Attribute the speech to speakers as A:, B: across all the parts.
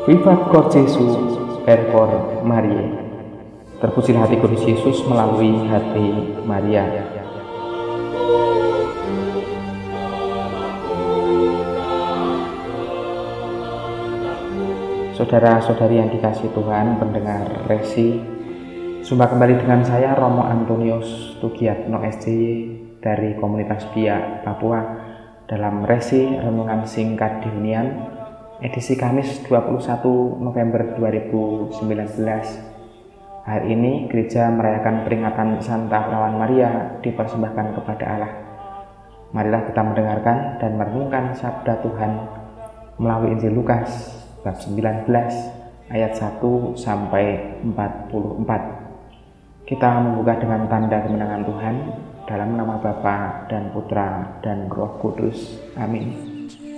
A: Vivat Cor Jesu, per cor Mariae. Terpujilah hati Kudus Yesus melalui hati Maria. Saudara-saudari yang dikasihi Tuhan, pendengar Resi, jumpa kembali dengan saya Romo Antonius Tugiatno SJY dari Komunitas Biak Papua dalam Resi Renungan Singkat di Hunian edisi Kamis 21 November 2019. Hari ini gereja merayakan peringatan Santa Perawan Maria dipersembahkan kepada Allah. Marilah kita mendengarkan dan merenungkan sabda Tuhan melalui Injil Lukas bab 19 ayat 1 sampai 44. Kita membuka dengan tanda kemenangan Tuhan dalam nama Bapa dan Putra dan Roh Kudus. Amin.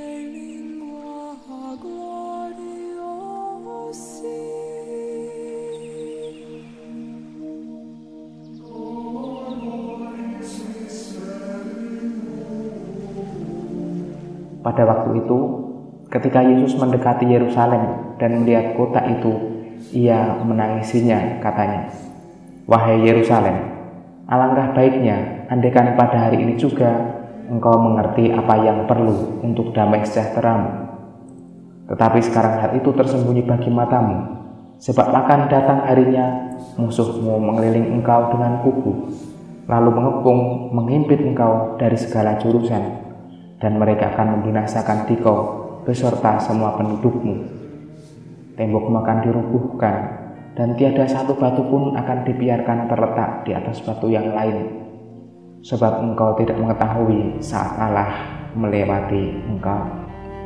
A: Pada waktu itu, ketika Yesus mendekati Yerusalem dan melihat kota itu, ia menangisinya, katanya, "Wahai Yerusalem, alangkah baiknya andaikan pada hari ini juga engkau mengerti apa yang perlu untuk damai sejahteramu. Tetapi sekarang hal itu tersembunyi bagi matamu, sebab akan datang harinya musuhmu mengelilingi engkau dengan kuku, lalu mengepung, menghimpit engkau dari segala jurusan, dan mereka akan membinasakan dikau beserta semua pendudukmu. Tembokmu akan dirubuhkan, dan tiada satu batu pun akan dibiarkan terletak di atas batu yang lain, sebab engkau tidak mengetahui saat Allah melewati engkau."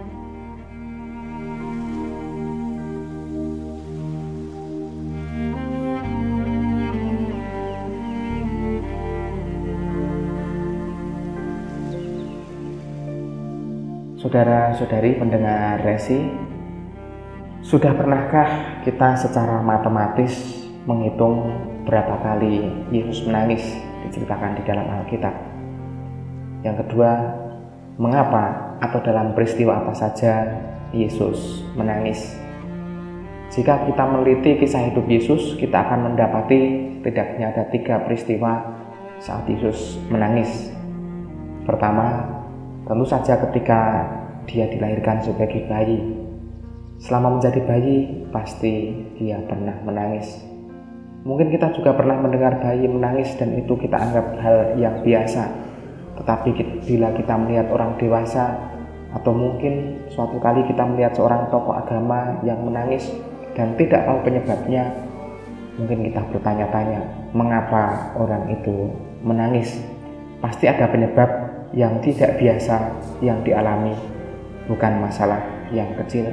A: Saudara-saudari pendengar Resi, sudah pernahkah kita secara matematis menghitung berapa kali Yesus menangis diceritakan di dalam Alkitab? Yang kedua, mengapa atau dalam peristiwa apa saja Yesus menangis? Jika kita meneliti kisah hidup Yesus, kita akan mendapati setidaknya ada 3 peristiwa saat Yesus menangis. Pertama, tentu saja ketika dia dilahirkan sebagai bayi. Selama menjadi bayi, pasti dia pernah menangis. Mungkin kita juga pernah mendengar bayi menangis dan itu kita anggap hal yang biasa. Tetapi bila kita melihat orang dewasa, atau mungkin suatu kali kita melihat seorang tokoh agama yang menangis dan tidak tahu penyebabnya, mungkin kita bertanya-tanya, mengapa orang itu menangis? Pasti ada penyebab yang tidak biasa yang dialami, bukan masalah yang kecil.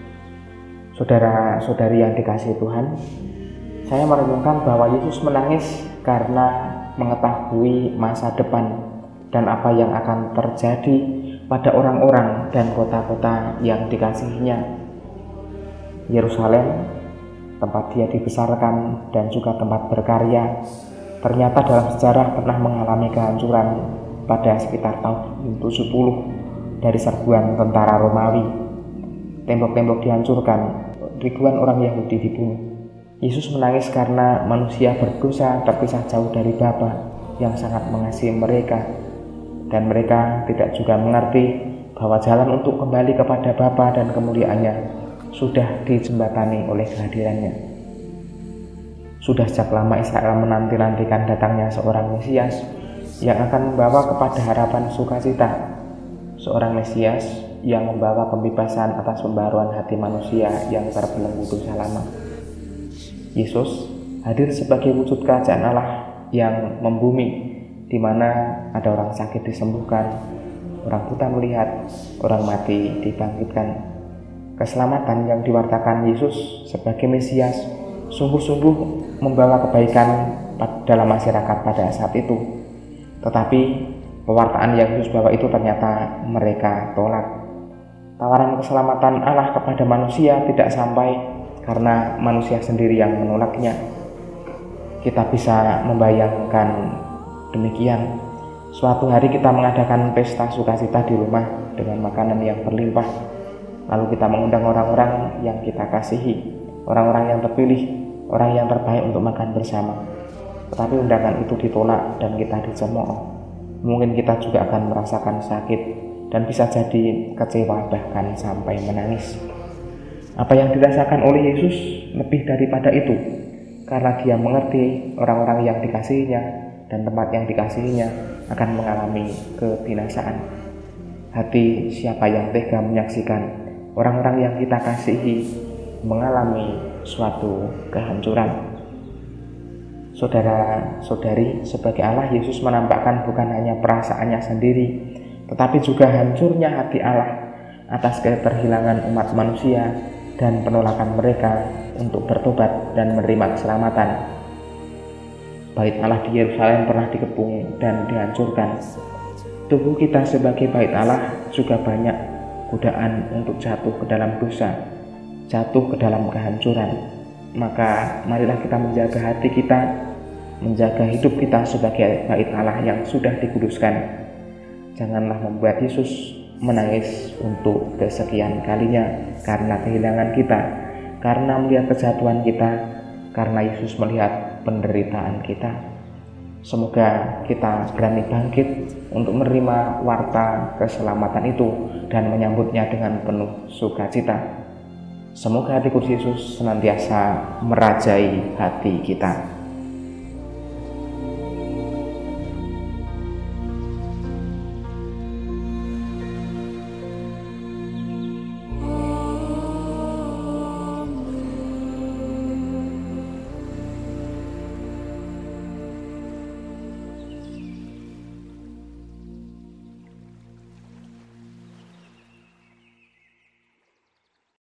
A: Saudara-saudari yang dikasihi Tuhan, saya merenungkan bahwa Yesus menangis karena mengetahui masa depan dan apa yang akan terjadi pada orang-orang dan kota-kota yang dikasihinya. Yerusalem, tempat dia dibesarkan dan juga tempat berkarya, ternyata dalam sejarah pernah mengalami kehancuran pada sekitar tahun 70 dari serbuan tentara Romawi. Tembok-tembok dihancurkan, ribuan orang Yahudi dibunuh. Yesus menangis karena manusia berdosa terpisah jauh dari Bapa yang sangat mengasihi mereka, dan mereka tidak juga mengerti bahwa jalan untuk kembali kepada Bapa dan kemuliaannya sudah dijembatani oleh kehadirannya. Sudah sejak lama Israel menanti-nantikan datangnya seorang Mesias yang akan membawa kepada harapan sukacita, seorang Mesias yang membawa pembebasan atas pembaruan hati manusia yang terbelenggu dosa lama. Yesus hadir sebagai wujud kerajaan Allah yang membumi, di mana ada orang sakit disembuhkan, orang buta melihat, orang mati dibangkitkan. Keselamatan yang diwartakan Yesus sebagai Mesias sungguh-sungguh membawa kebaikan dalam masyarakat pada saat itu. Tetapi pewartaan yang Yesus bawa itu ternyata mereka tolak. Tawaran keselamatan Allah kepada manusia tidak sampai karena manusia sendiri yang menolaknya. Kita bisa membayangkan demikian. Suatu hari kita mengadakan pesta sukacita di rumah dengan makanan yang berlimpah. Lalu kita mengundang orang-orang yang kita kasihi, orang-orang yang terpilih, orang yang terbaik untuk makan bersama. Tetapi undangan itu ditolak dan kita dicemooh. Mungkin kita juga akan merasakan sakit dan bisa jadi kecewa bahkan sampai menangis. Apa yang dirasakan oleh Yesus lebih daripada itu, karena dia mengerti orang-orang yang dikasihinya dan tempat yang dikasihinya akan mengalami kebinasaan. Hati siapa yang tega menyaksikan orang-orang yang kita kasihi mengalami suatu kehancuran. Saudara-saudari, sebagai Allah, Yesus menampakkan bukan hanya perasaannya sendiri, tetapi juga hancurnya hati Allah atas keterhilangan umat manusia dan penolakan mereka untuk bertobat dan menerima keselamatan. Bait Allah di Yerusalem pernah dikepung dan dihancurkan. Tubuh kita sebagai bait Allah juga banyak godaan untuk jatuh ke dalam dosa, jatuh ke dalam kehancuran. Maka marilah kita menjaga hati kita, menjaga hidup kita sebagai bait Allah yang sudah dikuduskan. Janganlah membuat Yesus menangis untuk kesekian kalinya karena kehilangan kita, karena melihat kejatuhan kita, karena Yesus melihat penderitaan kita. Semoga kita berani bangkit untuk menerima warta keselamatan itu dan menyambutnya dengan penuh sukacita. Semoga hati kudus Yesus senantiasa merajai hati kita.